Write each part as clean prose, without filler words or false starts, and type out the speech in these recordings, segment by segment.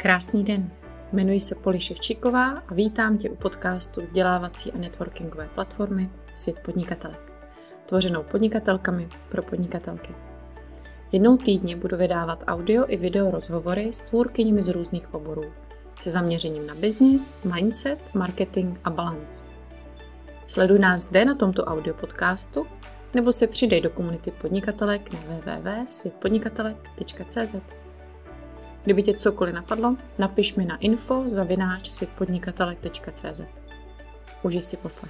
Krásný den, jmenuji se Poli Ševčíková a vítám tě u podcastu vzdělávací a networkingové platformy Svět podnikatelek, tvořenou podnikatelkami pro podnikatelky. Jednou týdně budu vydávat audio i video rozhovory s tvůrkyněmi z různých oborů, se zaměřením na business, mindset, marketing a balance. Sleduj nás zde na tomto audio podcastu nebo se přidej do komunity podnikatelek na www.světpodnikatelek.cz. Kdyby tě cokoliv napadlo, napiš mi na info@světpodnikatelek.cz. Užij si poslech.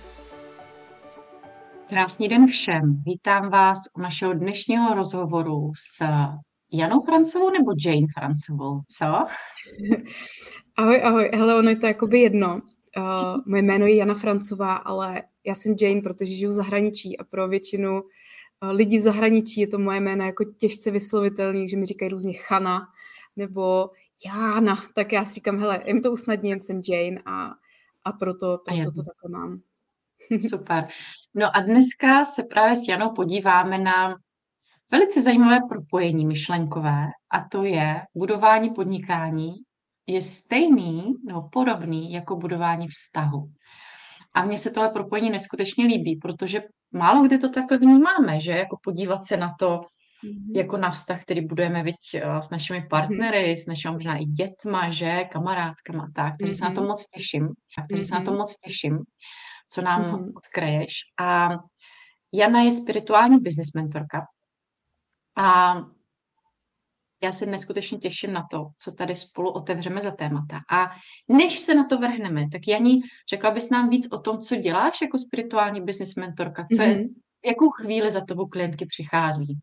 Krásný den všem. Vítám vás u našeho dnešního rozhovoru s Janou Francovou nebo Jane Francovou, co? Ahoj. Hele, ono je to jakoby jedno. Moje jméno je Jana Francová, ale já jsem Jane, protože žiju v zahraničí a pro většinu lidí v zahraničí je to moje jméno jako těžce vyslovitelný, že mi říkají různě Chana nebo Jána, tak já si říkám, hele, jim to usnadním, jsem Jane a proto to takhle mám. Super. No a dneska se právě s Janou podíváme na velice zajímavé propojení myšlenkové, a to je budování podnikání je stejný nebo podobný jako budování vztahu. A mně se tohle propojení neskutečně líbí, protože málo kde to takhle vnímáme, že jako podívat se na to, jako na vztah, který budujeme s našimi partnery, s našimi možná i dětma, že, kamarádkama a tak, takže se na to moc těším, co nám odkryješ. A Jana je spirituální business mentorka a já se neskutečně těším na to, co tady spolu otevřeme za témata. A než se na to vrhneme, tak Jani, řekla bys nám víc o tom, co děláš jako spirituální business mentorka, jakou chvíli za tebou klientky přichází?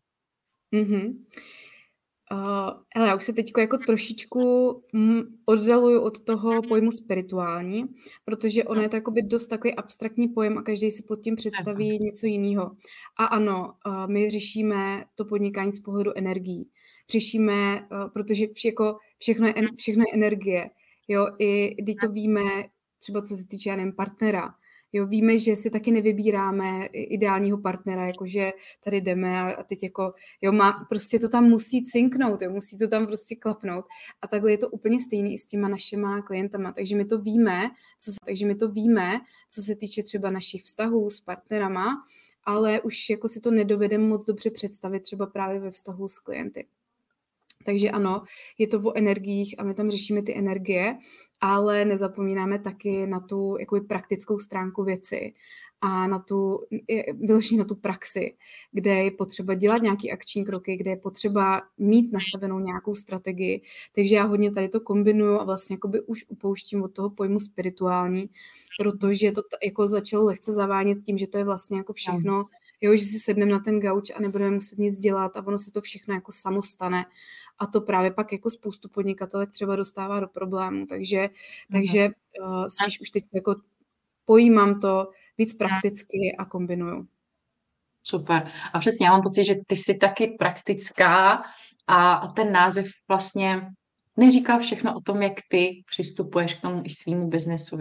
Hele, já už se teď jako trošičku oddaluju od toho pojmu spirituální, protože ono je to jakoby dost takový abstraktní pojem a každý si pod tím představí něco jiného. A ano, my řešíme to podnikání z pohledu energií. Řešíme, protože všechno je energie. Jo, i když to víme, třeba co se týče, já nevím, partnera. Jo, víme, že si taky nevybíráme ideálního partnera, jakože tady jdeme a teď jako, jo, prostě to tam musí cinknout, jo, musí to tam prostě klapnout. A takhle je to úplně stejný i s těma našima klientama. Takže my to víme, co se týče třeba našich vztahů s partnerama, ale už jako si to nedovedeme moc dobře představit třeba právě ve vztahu s klienty. Takže ano, je to o energiích a my tam řešíme ty energie, ale nezapomínáme taky na tu jakoby praktickou stránku věci a vyloženě na tu praxi, kde je potřeba dělat nějaké akční kroky, kde je potřeba mít nastavenou nějakou strategii. Takže já hodně tady to kombinuju a vlastně jakoby už upouštím od toho pojmu spirituální, protože to jako začalo lehce zavánět tím, že to je vlastně jako všechno, jo, že si sedneme na ten gauč a nebudeme muset nic dělat a ono se to všechno jako samo stane. A to právě pak jako spoustu podnikatelek třeba dostává do problému. Takže spíš už teď jako pojímám to víc prakticky a kombinuju. Super. A přesně, já mám pocit, že ty jsi taky praktická a ten název vlastně neříká všechno o tom, jak ty přistupuješ k tomu i svýmu biznesu,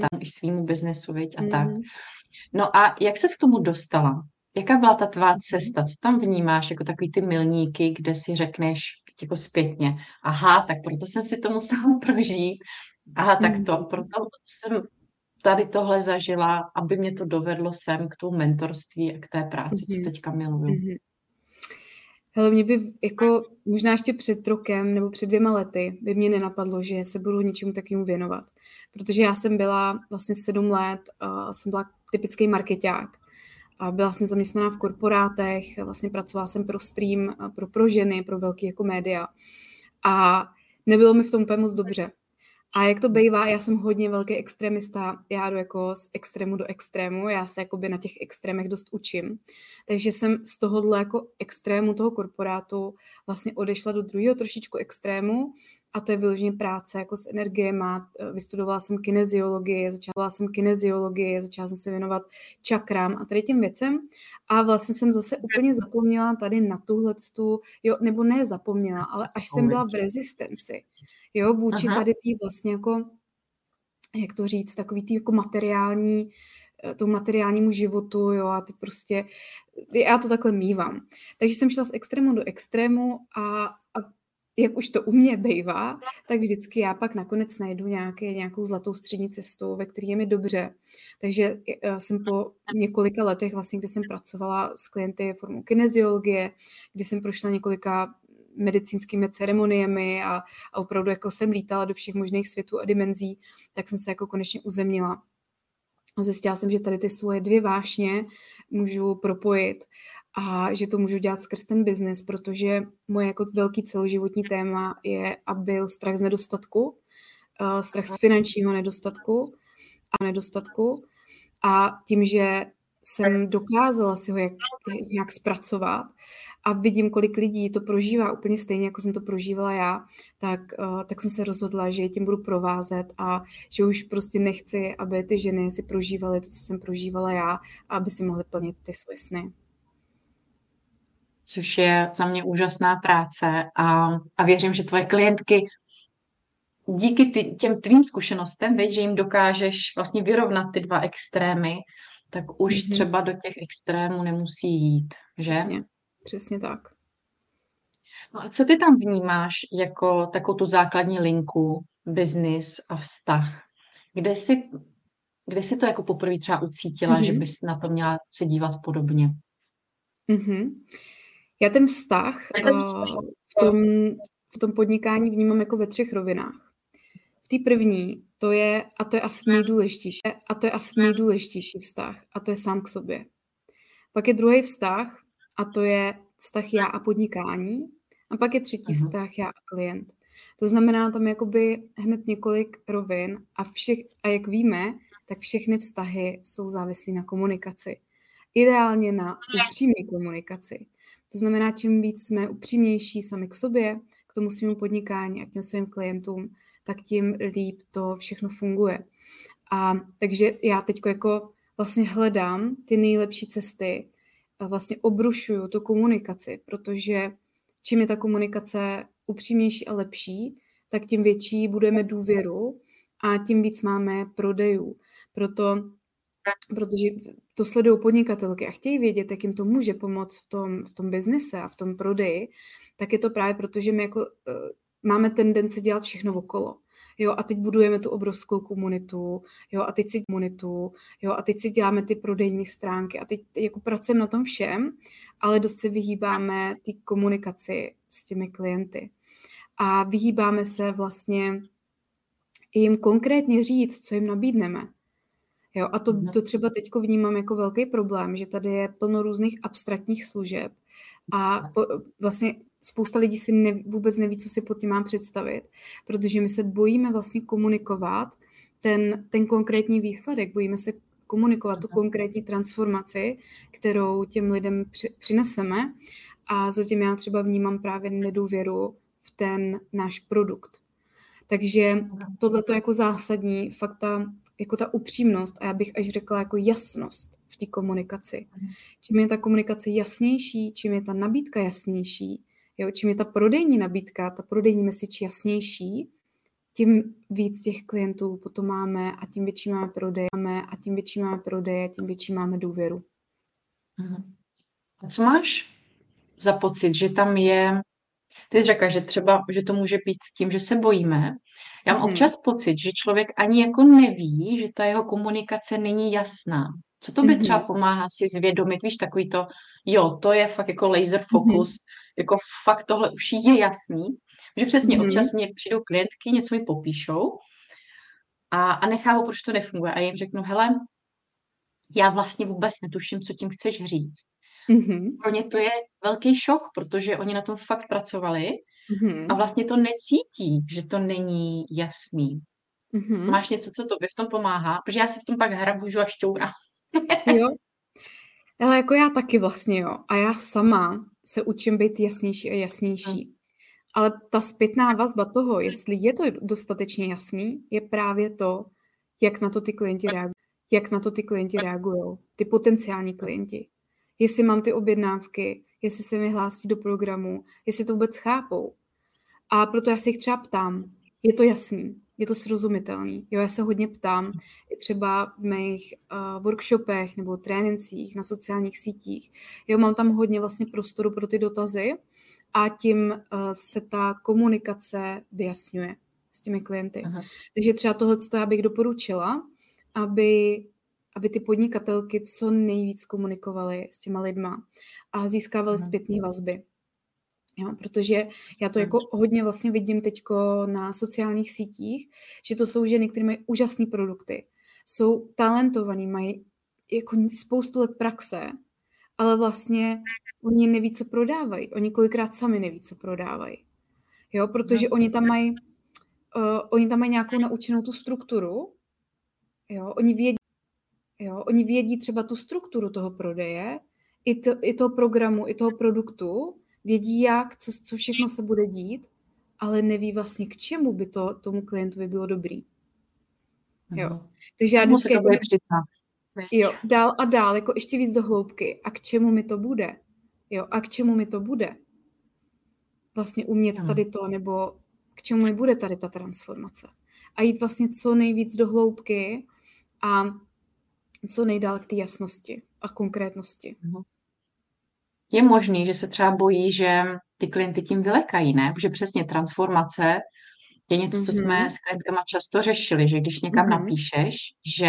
a tak. No a jak ses k tomu dostala? Jaká byla ta tvá cesta? Co tam vnímáš jako takový ty milníky, kde si řekneš jako zpětně, aha, tak proto jsem si to musela prožít, aha, tak proto jsem tady tohle zažila, aby mě to dovedlo sem k tomu mentorství a k té práci, co teďka miluju. Hele, mě by jako možná ještě před rokem nebo před 2 lety by mě nenapadlo, že se budu něčemu takovému věnovat. Protože já jsem byla vlastně 7 let, jsem byla typický markeťák. A byla jsem zaměstnaná v korporátech, vlastně pracovala jsem pro stream, pro ženy, pro velké jako média. A nebylo mi v tom úplně moc dobře. A jak to bývá, já jsem hodně velký extremista, já jdu jako z extrému do extrému, já se jakoby na těch extrémech dost učím. Takže jsem z tohohle jako extrému toho korporátu vlastně odešla do druhého trošičku extrému a to je vyloženě práce jako s energiema. Vystudovala jsem kineziologii, začala jsem se věnovat čakrám a tady těm věcem a vlastně jsem zase úplně zapomněla tady na tuhletu, jo, nebo ne zapomněla, ale až jsem byla v rezistenci, jo, vůči tady tý vlastně jako, jak to říct, takový tý jako tomu materiálnímu životu, jo, a teď prostě, já to takhle mívám. Takže jsem šla z extrému do extrému a jak už to u mě bývá, tak vždycky já pak nakonec najdu nějakou zlatou střední cestu, ve které je mi dobře. Takže jsem po několika letech, vlastně, kdy jsem pracovala s klienty formou kineziologie, kdy jsem prošla několika medicínskými ceremoniemi a opravdu jako jsem lítala do všech možných světů a dimenzí, tak jsem se jako konečně uzemnila. A zjistila jsem, že tady ty svoje 2 vášně můžu propojit a že to můžu dělat skrz ten biznis, protože moje jako velký celoživotní téma je a byl strach z nedostatku, strach z finančního nedostatku a tím, že jsem dokázala si ho nějak zpracovat a vidím, kolik lidí to prožívá úplně stejně, jako jsem to prožívala já, tak jsem se rozhodla, že tím budu provázet a že už prostě nechci, aby ty ženy si prožívaly to, co jsem prožívala já, a aby si mohly plnit ty svoje sny. Což je za mě úžasná práce a věřím, že tvoje klientky díky těm tvým zkušenostem, že jim dokážeš vlastně vyrovnat ty 2 extrémy, tak už třeba do těch extrémů nemusí jít, že? Přesně tak. No a co ty tam vnímáš jako takovou tu základní linku, biznis a vztah? Kde jsi to jako poprvé třeba ucítila, že bys na to měla se dívat podobně? Já ten vztah v tom podnikání vnímám jako ve 3 rovinách. V té první, to je asi nejdůležitější vztah, a to je sám k sobě. Pak je druhý vztah, a to je vztah já a podnikání. A pak je třetí vztah já a klient. To znamená tam jakoby hned několik rovin a jak víme, tak všechny vztahy jsou závislí na komunikaci. Ideálně na upřímné komunikaci. To znamená, čím víc jsme upřímnější sami k sobě, k tomu svému podnikání a k těm svým klientům, tak tím líp to všechno funguje. A takže já teď jako vlastně hledám ty nejlepší cesty, vlastně obrušuju tu komunikaci, protože čím je ta komunikace upřímnější a lepší, tak tím větší budeme důvěru a tím víc máme prodejů. Protože to sledují podnikatelky a chtějí vědět, jak jim to může pomoct v tom biznise a v tom prodeji, tak je to právě proto, že my jako máme tendenci dělat všechno okolo. Jo, a teď budujeme tu obrovskou komunitu, a teď si děláme ty prodejní stránky a teď jako pracujeme na tom všem, ale dost se vyhýbáme té komunikaci s těmi klienty. A vyhýbáme se vlastně jim konkrétně říct, co jim nabídneme. Jo, a to třeba teďko vnímám jako velký problém, že tady je plno různých abstraktních služeb a vlastně spousta lidí si vůbec neví, co si pod tím mám představit, protože my se bojíme vlastně komunikovat ten konkrétní výsledek, bojíme se komunikovat tu konkrétní transformaci, kterou těm lidem přineseme, a zatím já třeba vnímám právě nedůvěru v ten náš produkt. Takže tohle je jako zásadní fakt jako ta upřímnost a já bych až řekla jako jasnost v té komunikaci. Čím je ta komunikace jasnější, čím je ta nabídka jasnější, čím je ta prodejní nabídka, ta prodejní message jasnější, tím víc těch klientů potom máme a tím větší máme prodeje, tím větší máme důvěru. A co máš za pocit, že tam je, ty jsi řekla, že třeba, že to může být tím, že se bojíme. Já mám občas pocit, že člověk ani jako neví, že ta jeho komunikace není jasná. Co to by třeba pomáhá si zvědomit, víš, takový to, to je fakt jako laser focus, jako fakt tohle už je jasný, že přesně občas mě přijdou klientky, něco mi popíšou a nechápu, proč to nefunguje a jim řeknu, hele, já vlastně vůbec netuším, co tím chceš říct. Pro ně to je velký šok, protože oni na tom fakt pracovali a vlastně to necítí, že to není jasný. Máš něco, co tobě v tom pomáhá? Protože já si v tom pak hrabužu a šťourám. Jo. Ale jako já taky vlastně, A já sama se učím být jasnější a jasnější. Ale ta zpětná vazba toho, jestli je to dostatečně jasný, je právě to, jak na to ty klienti reagují. Ty potenciální klienti. Jestli mám ty objednávky, jestli se mi hlásí do programu, jestli to vůbec chápou. A proto já se jich třeba ptám. Je to jasný? Je to srozumitelný? Já se hodně ptám, i třeba v mých workshopech nebo trénincích na sociálních sítích. Mám tam hodně vlastně prostoru pro ty dotazy a tím se ta komunikace vyjasňuje s těmi klienty. Aha. Takže třeba tohle já bych doporučila, aby ty podnikatelky co nejvíc komunikovaly s těma lidma a získávaly zpětné vazby. Jo, protože já to jako hodně vlastně vidím teďko na sociálních sítích, že to jsou ženy, které mají úžasné produkty, jsou talentovaný, mají jako spoustu let praxe, ale vlastně oni neví, co prodávají. Oni kolikrát sami neví, co prodávají. Jo, protože oni tam mají nějakou naučenou tu strukturu. Jo, oni vědí třeba tu strukturu toho prodeje, i toho programu, i toho produktu, vědí jak, co všechno se bude dít, ale neví vlastně, k čemu by to tomu klientovi bylo dobrý. Jo. Takže já vždycky jako jo, dál a dál, jako ještě víc do hloubky. A k čemu mi to bude? Jo, a k čemu mi to bude? Vlastně umět tady to, nebo k čemu mi bude tady ta transformace? A jít vlastně co nejvíc do hloubky a co nejdál k té jasnosti a konkrétnosti. Je možný, že se třeba bojí, že ty klienty tím vylekají, ne? Protože přesně transformace je něco, co jsme s klientkama často řešili, že když někam napíšeš, že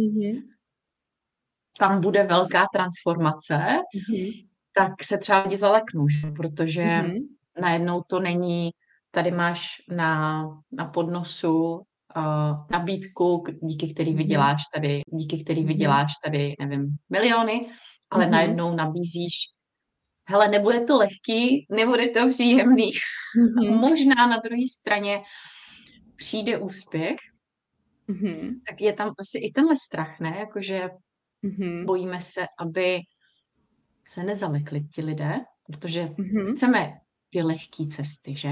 tam bude velká transformace, tak se třeba lidi zaleknou, že? Protože najednou to není, tady máš na podnosu nabídku, díky který vyděláš tady, nevím, miliony, ale najednou nabízíš, hele, nebude to lehký, nebude to příjemný. Možná na druhé straně přijde úspěch, tak je tam asi i tenhle strach, ne? Jakože bojíme se, aby se nezalekli ti lidé, protože chceme ty lehké cesty, že?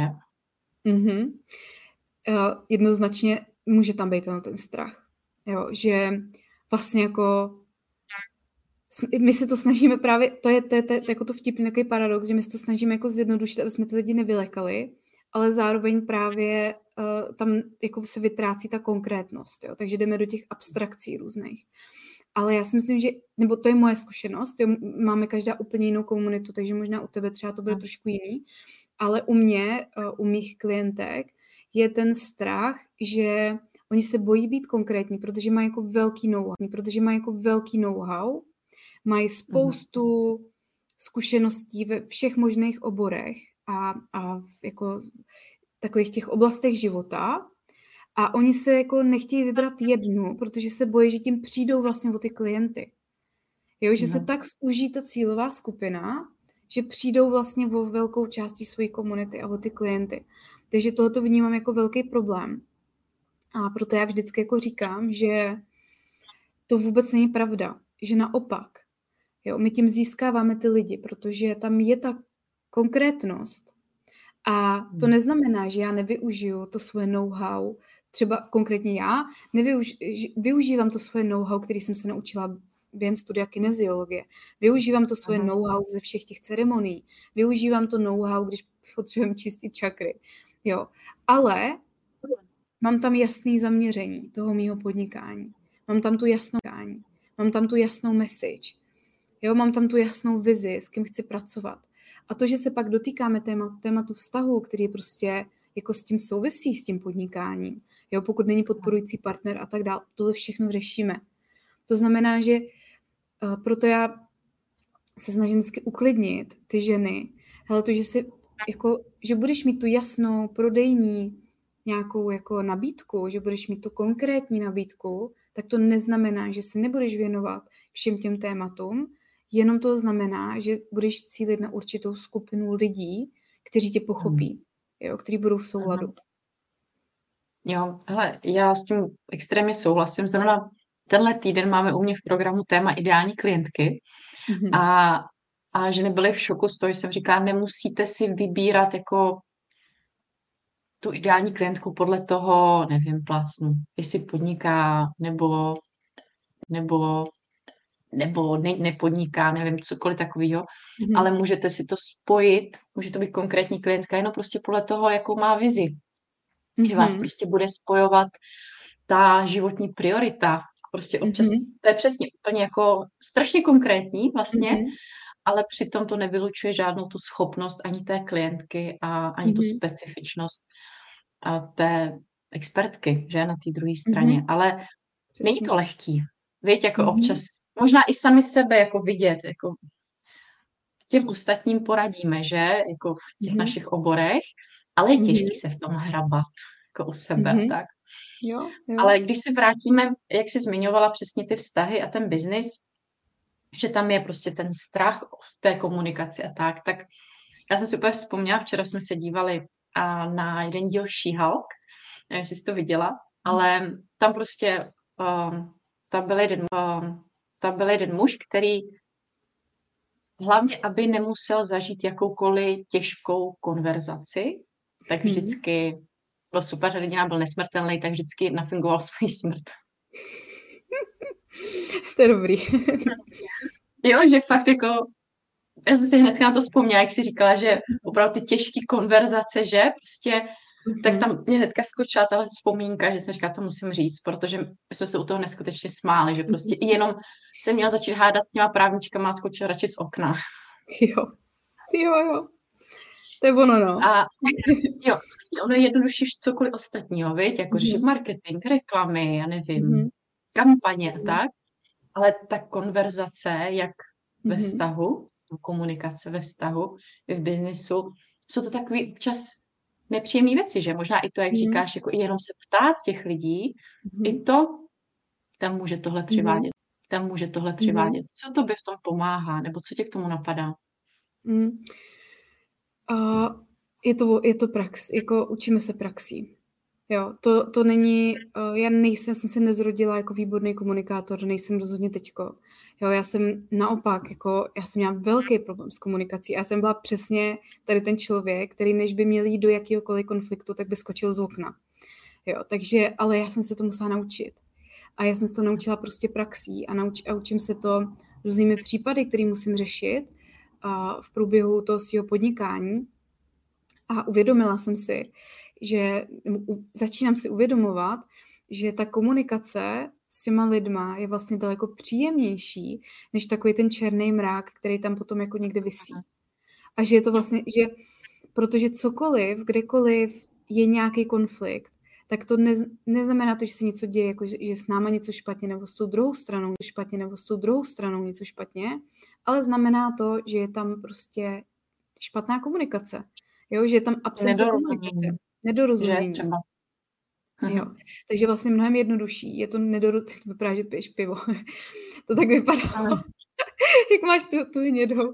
Jednoznačně může tam být ten strach. Jo, že vlastně jako my se to snažíme právě, to je jako to vtipný takový paradox, že my se to snažíme jako zjednodušit, aby jsme ty lidi nevylekali, ale zároveň právě tam jako se vytrácí ta konkrétnost, jo? Takže jdeme do těch abstrakcí různých. Ale já si myslím, že, nebo to je moje zkušenost, jo? Máme každá úplně jinou komunitu, takže možná u tebe třeba to bude trošku jiný, ale u mě, u mých klientek je ten strach, že oni se bojí být konkrétní, protože mají jako velký know-how, mají spoustu zkušeností ve všech možných oborech a jako takových těch oblastech života a oni se jako nechtějí vybrat jednu, protože se bojí, že tím přijdou vlastně o ty klienty. Jo, že se tak zúží ta cílová skupina, že přijdou vlastně o velkou částí své komunity a o ty klienty. Takže tohoto vnímám jako velký problém. A proto já vždycky jako říkám, že to vůbec není pravda, že naopak. Jo, my tím získáváme ty lidi, protože tam je ta konkrétnost. A to neznamená, že já nevyužiju to svoje know-how, třeba konkrétně já, využívám to svoje know-how, který jsem se naučila během studia kineziologie. Využívám to svoje know-how ze všech těch ceremonií. Využívám to know-how, když potřebujeme čistit čakry. Jo. Ale mám tam jasné zaměření toho mýho podnikání. Mám tam tu jasnou message. Jo, mám tam tu jasnou vizi, s kým chci pracovat. A to, že se pak dotýkáme tématu vztahu, který prostě jako s tím souvisí, s tím podnikáním, jo, pokud není podporující partner a tak dále, tohle všechno řešíme. To znamená, že proto já se snažím vždycky uklidnit ty ženy. Hele, to, že budeš mít tu jasnou prodejní nějakou jako nabídku, že budeš mít tu konkrétní nabídku, tak to neznamená, že se nebudeš věnovat všem těm tématům, jenom to znamená, že budeš cílit na určitou skupinu lidí, kteří tě pochopí, jo, kteří budou v souladu. Jo, hele, já s tím extrémně souhlasím. Zrovna tenhle týden máme u mě v programu téma ideální klientky a ženy byly v šoku z toho, že jsem říkala, nemusíte si vybírat jako tu ideální klientku podle toho, nevím, plácnu, jestli podniká nebo nepodniká, nevím, cokoliv takového, ale můžete si to spojit, může to být konkrétní klientka, jenom prostě podle toho, jakou má vizi. Že vás prostě bude spojovat ta životní priorita. Prostě občas, to je přesně úplně jako strašně konkrétní vlastně, ale přitom to nevylučuje žádnou tu schopnost ani té klientky a ani tu specifičnost a té expertky, že, na té druhé straně. Ale není Přesně. to lehký. Víš, jako občas, možná i sami sebe jako vidět, jako těm ostatním poradíme, že, jako v těch našich oborech, ale je těžký se v tom hrabat, jako u sebe a tak. Jo. Ale když se vrátíme, jak jsi zmiňovala přesně ty vztahy a ten biznis, že tam je prostě ten strach v té komunikaci a tak já jsem si úplně vzpomněla, včera jsme se dívali na jeden díl She-Hulk, nevím, jestli jsi to viděla, ale tam prostě tam byl jeden muž, který hlavně, aby nemusel zažít jakoukoliv těžkou konverzaci, tak vždycky byl super hrdina, byl nesmrtelný, tak vždycky nafingoval svou smrt. To je dobrý. Jo, že fakt jako, já jsem si hned na to vzpomněla, jak jsi říkala, že opravdu ty těžké konverzace, že prostě, tak tam mě hnedka skočila tahle vzpomínka, že jsem říkala, to musím říct, protože my jsme se u toho neskutečně smáli, že prostě i jenom jsem měla začít hádat s těma právničkama a skočila radši z okna. Jo. To je ono, no. A jo, vlastně ono je jednodušší cokoliv ostatního, viď? Jako řešit marketing, reklamy, já nevím, kampaně a tak. Ale ta konverzace, jak ve vztahu, komunikace ve vztahu, v biznisu, jsou to takový občas nepříjemné věci, že? Možná i to, jak říkáš, jako i jenom se ptát těch lidí, i to tam může tohle přivádět. Tam může tohle přivádět. Co to by v tom pomáhá? Nebo co tě k tomu napadá? Je to prax, jako učíme se praxí. Jo, to není, já jsem se nezrodila jako výborný komunikátor, nejsem rozhodně teďko. Jo, já jsem naopak, jako já jsem měla velký problém s komunikací. Já jsem byla přesně tady ten člověk, který než by měl jít do jakýhokoliv konfliktu, tak by skočil z okna. Jo, takže, ale já jsem se to musela naučit. A já jsem se to naučila prostě praxí a učím se to různými případy, které musím řešit v průběhu toho svého podnikání. A uvědomila jsem si, že začínám si uvědomovat, že ta komunikace s těma lidma je vlastně daleko příjemnější, než takový ten černý mrák, který tam potom jako někde visí. A že je to vlastně, že protože cokoliv, kdekoliv je nějaký konflikt, tak to neznamená to, že se něco děje, jako že s náma něco špatně, nebo s tou druhou stranou něco špatně, ale znamená to, že je tam prostě špatná komunikace. Jo, že je tam absence komunikace. Nedorozumění. Jo. Takže vlastně mnohem jednodušší. Je to nedorozumění. To vypadá, že piješ pivo. To tak vypadá. Jak máš tu hnědou.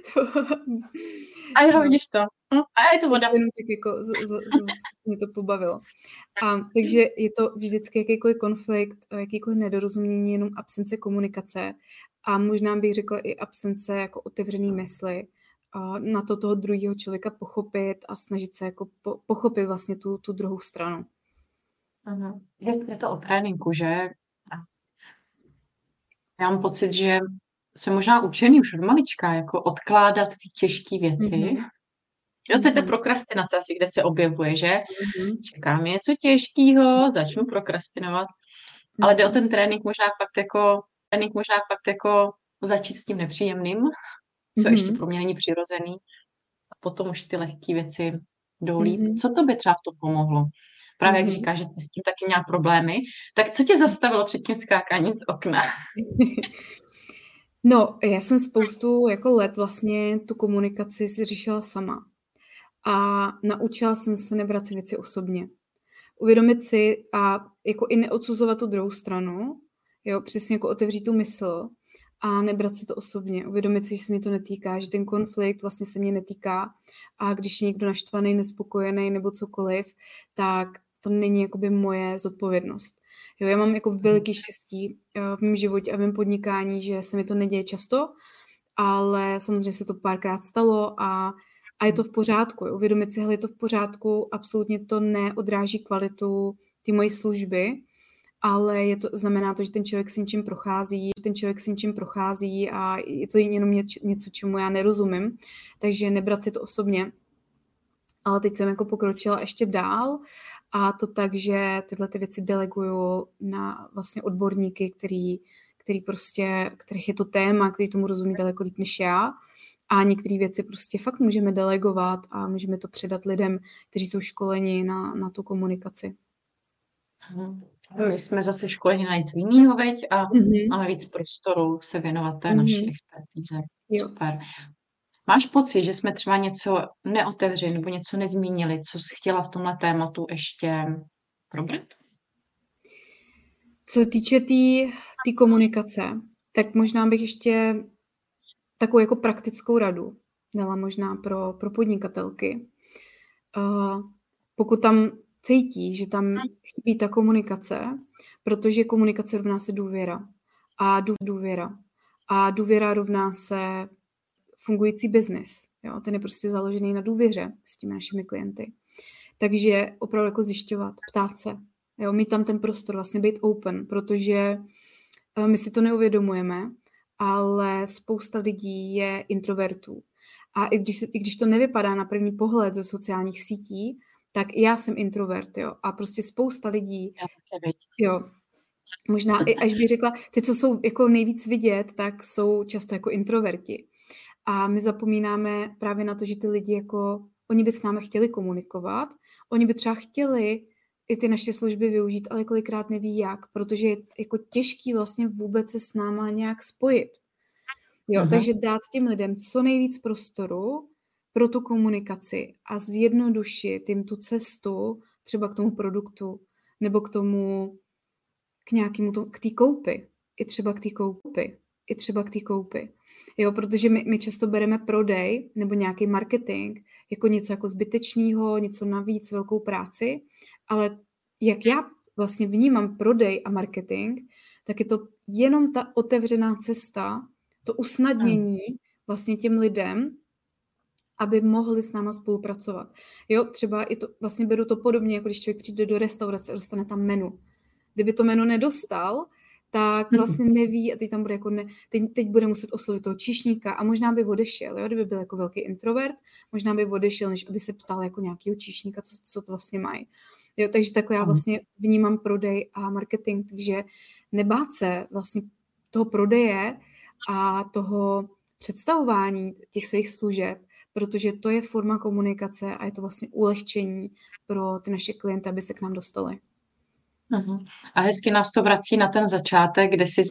A jo, vidíš to. A je to voda. Jenom tak jako mě to pobavilo. Takže je to vždycky jakýkoliv konflikt, jakýkoliv nedorozumění, jenom absence komunikace a možná bych řekla i absence jako otevřený mysli na to toho druhého člověka pochopit a snažit se jako pochopit vlastně tu druhou stranu. Je to o tréninku, že? Já mám pocit, že jsem možná učený už od malička, jako odkládat ty těžké věci. Jo, to je ta prokrastinace asi, kde se objevuje, že? Čekám něco těžkého, začnu prokrastinovat. Ale jde o ten trénink možná fakt jako začít s tím nepříjemným, co ještě pro mě není přirozený. A potom už ty lehké věci jdou líp. Co to by třeba v tom pomohlo? Právě jak říkáš, že jsi s tím taky měla problémy. Tak co tě zastavilo před tím skákáním z okna? No, já jsem spoustu jako let vlastně tu komunikaci si řešila sama. A naučila jsem se nebrat si věci osobně. Uvědomit si a jako i neodsuzovat tu druhou stranu, jo, přesně jako otevřít tu mysl a nebrat si to osobně. Uvědomit si, že se mě to netýká, že ten konflikt vlastně se mě netýká a když je někdo naštvaný, nespokojený nebo cokoliv, tak to není jakoby moje zodpovědnost. Jo, já mám jako veliký štěstí v mém životě a v mém podnikání, že se mi to neděje často, ale samozřejmě se to párkrát stalo a je to v pořádku. Jo. Uvědomit si, hele, je to v pořádku, absolutně to neodráží kvalitu ty mojí služby, ale znamená to, že ten člověk si něčím prochází a je to jenom něco, čemu já nerozumím, takže nebrat si to osobně. Ale teď jsem jako pokročila ještě dál a to tak, že tyhle ty věci deleguju na vlastně odborníky, kterých je to téma, který tomu rozumí daleko líp než já. A některé věci prostě fakt můžeme delegovat a můžeme to předat lidem, kteří jsou školeni na tu komunikaci. My jsme zase školeni na něco jiného, veď, a Mhm. máme víc prostoru se věnovat té Mhm. naší expertíze. Jo. Super. Máš pocit, že jsme třeba něco neotevřeli nebo něco nezmínili, co jsi chtěla v tomhle tématu ještě probrat? Co se týče té komunikace, tak možná bych ještě takovou jako praktickou radu dala možná pro podnikatelky. Pokud tam cítí, že tam chybí ta komunikace, protože komunikace rovná se důvěra. A důvěra rovná se fungující biznis. Jo? Ten je prostě založený na důvěře s těmi našimi klienty. Takže opravdu jako zjišťovat, ptát se, jo? Mít tam ten prostor, vlastně být open, protože my si to neuvědomujeme, ale spousta lidí je introvertů. A i když to nevypadá na první pohled ze sociálních sítí, tak já jsem introvert, jo. A prostě spousta lidí, jo, možná i až bych řekla, ty, co jsou jako nejvíc vidět, tak jsou často jako introverti. A my zapomínáme právě na to, že ty lidi jako, oni by s námi chtěli komunikovat, oni by třeba chtěli i ty naše služby využít, ale kolikrát neví jak, protože je jako těžký vlastně vůbec se s náma nějak spojit. Jo, takže dát těm lidem co nejvíc prostoru pro tu komunikaci a zjednodušit jim tu cestu třeba k tomu produktu nebo k tomu, k té koupi. I třeba k té koupi. Jo, protože my často bereme prodej nebo nějaký marketing jako něco jako zbytečného, něco navíc, velkou práci, ale jak já vlastně vnímám prodej a marketing, tak je to jenom ta otevřená cesta, to usnadnění vlastně těm lidem, aby mohli s náma spolupracovat. Jo, třeba vlastně beru to podobně, jako když člověk přijde do restaurace a dostane tam menu. Kdyby to menu nedostal, tak vlastně neví a teď tam bude jako teď bude muset oslovit toho číšníka a možná by odešel, jo, kdyby byl jako velký introvert, možná by odešel, než aby se ptal jako nějakého číšníka, co to vlastně mají. Jo, takže takhle já vlastně vnímám prodej a marketing, takže nebát se vlastně toho prodeje a toho představování těch svých služeb, protože to je forma komunikace a je to vlastně ulehčení pro ty naše klienty, aby se k nám dostali. A hezky nás to vrací na ten začátek, kde jsi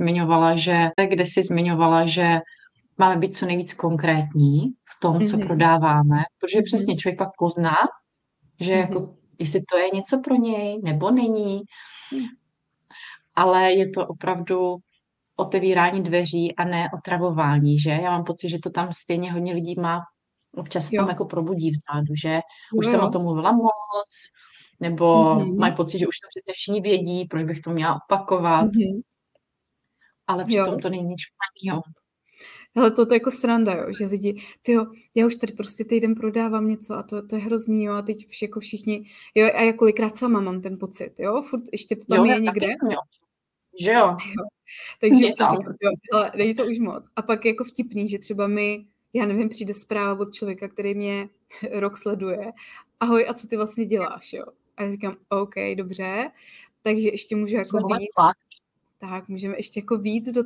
zmiňovala, že máme být co nejvíc konkrétní v tom, co prodáváme, protože přesně člověk pak pozná, že jako, jestli to je něco pro něj, nebo není, ale je to opravdu otevírání dveří a ne otravování, že? Já mám pocit, že to tam stejně hodně lidí má, občas se tam jako probudí vzadu, že? Už jsem o tom mluvila moc, nebo mají pocit, že už to přece všichni vědí, proč bych to měla opakovat, ale přitom to není nic špatného. Hele, to je jako sranda, jo, že lidi, já už tady prostě týden prodávám něco a to je hrozný, jo, a teď jako všichni, jo, a já kolikrát sama mám ten pocit, jo, furt ještě to tam je někde. Že jo. Takže občas říkám, ale není to už moc. A pak je jako vtipný, že třeba já nevím, přijde zpráva od člověka, který mě rok sleduje. Ahoj, a co ty vlastně děláš, jo? A já říkám, OK, dobře, takže ještě můžu jako víc. Tak, můžeme ještě jako víc do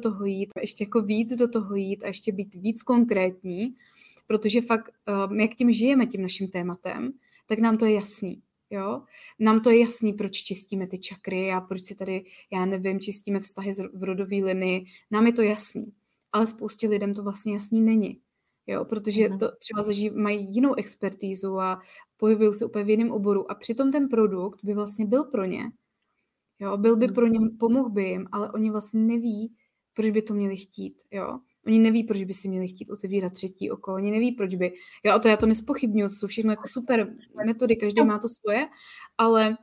toho jít a ještě být víc konkrétní, protože fakt, jak tím žijeme tím naším tématem, tak nám to je jasný. Jo? Nám to je jasný, proč čistíme ty čakry a proč si tady, já nevím, čistíme vztahy v rodové linii. Nám je to jasný, ale spoustě lidem to vlastně jasný není. Jo? Protože to třeba mají jinou expertízu a pohybují se úplně v jiném oboru a přitom ten produkt by vlastně byl pro ně. Jo? Byl by pro ně, pomohl by jim, ale oni vlastně neví, proč by to měli chtít. Jo? Oni neví, proč by si měli chtít otevírat třetí oko, oni neví, proč by. Jo, a to já to nespochybnuju, to jsou všechno jako super metody, každý má to svoje, ale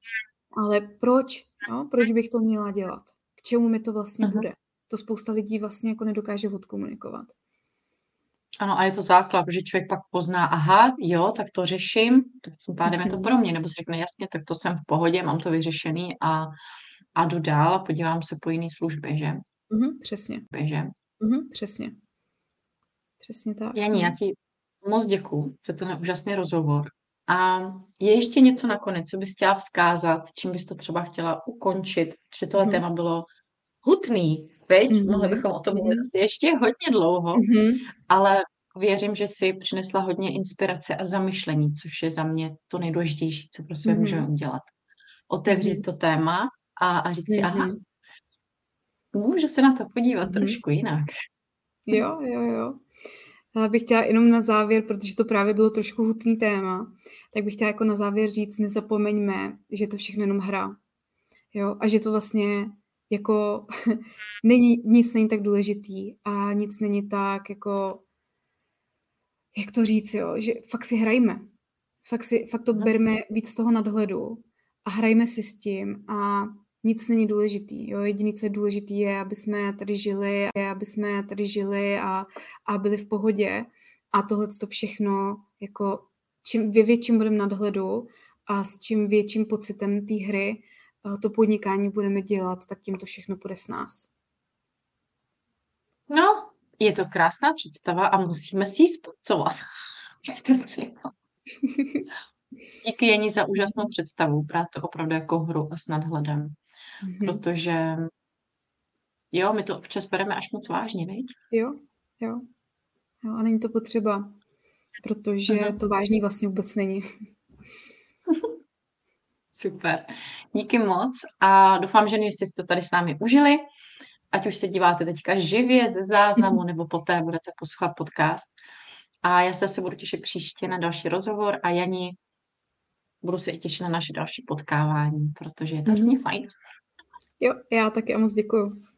proč? No, proč bych to měla dělat? K čemu mi to vlastně bude? To spousta lidí vlastně jako nedokáže odkomunikovat. Ano, a je to základ, že člověk pak pozná, aha, jo, tak to řeším, tak tím pádem je to pro mě, nebo si řekne, jasně, tak to jsem v pohodě, mám to vyřešený a jdu dál a podívám se po jiné službě, že? Přesně. Přesně. Přesně tak. Janí, já ti moc děkuju za ten úžasný rozhovor. A je ještě něco nakonec, co bys chtěla vzkázat, čím bys to třeba chtěla ukončit, protože tohle téma bylo hutný, veď? Mohli bychom o tom mluvit ještě hodně dlouho, ale věřím, že si přinesla hodně inspirace a zamyšlení, což je za mě to nejdůležitější, co pro sebe můžeme Mhm. udělat. Otevřít Mhm. to téma a říct si, aha, Mhm. můžu se na to podívat Mhm. trošku jinak. Jo, jo, jo. Ale bych chtěla jenom na závěr, protože to právě bylo trošku hutný téma, tak bych chtěla jako na závěr říct, nezapomeňme, že je to všechno jenom hra. Jo? A že to vlastně jako nic není tak důležitý a nic není tak jako, jak to říct, jo? Že fakt si hrajme. Fakt to berme víc z toho nadhledu a hrajme si s tím a nic není důležitý. Jo? Jediné, co je důležité, je, aby jsme tady žili a byli v pohodě. A tohle to všechno, jako čím větším budeme nadhledu a s čím větším pocitem té hry to podnikání budeme dělat, tak tím to všechno půjde s nás. No, je to krásná představa a musíme si ji zpracovat. Díky Jeni za úžasnou představu, brát to opravdu jako hru a s nadhledem, protože jo, my to občas bereme až moc vážně, viď? Jo. A není to potřeba, protože to vážný vlastně vůbec není. Super. Díky moc a doufám, že jste si to tady s námi užili. Ať už se díváte teďka živě ze záznamu, nebo poté budete poslouchat podcast. A já se zase budu těšit příště na další rozhovor a Jani, budu se i těšit na naše další potkávání, protože je to hrozně fajn. Jo, já taky moc děkuju.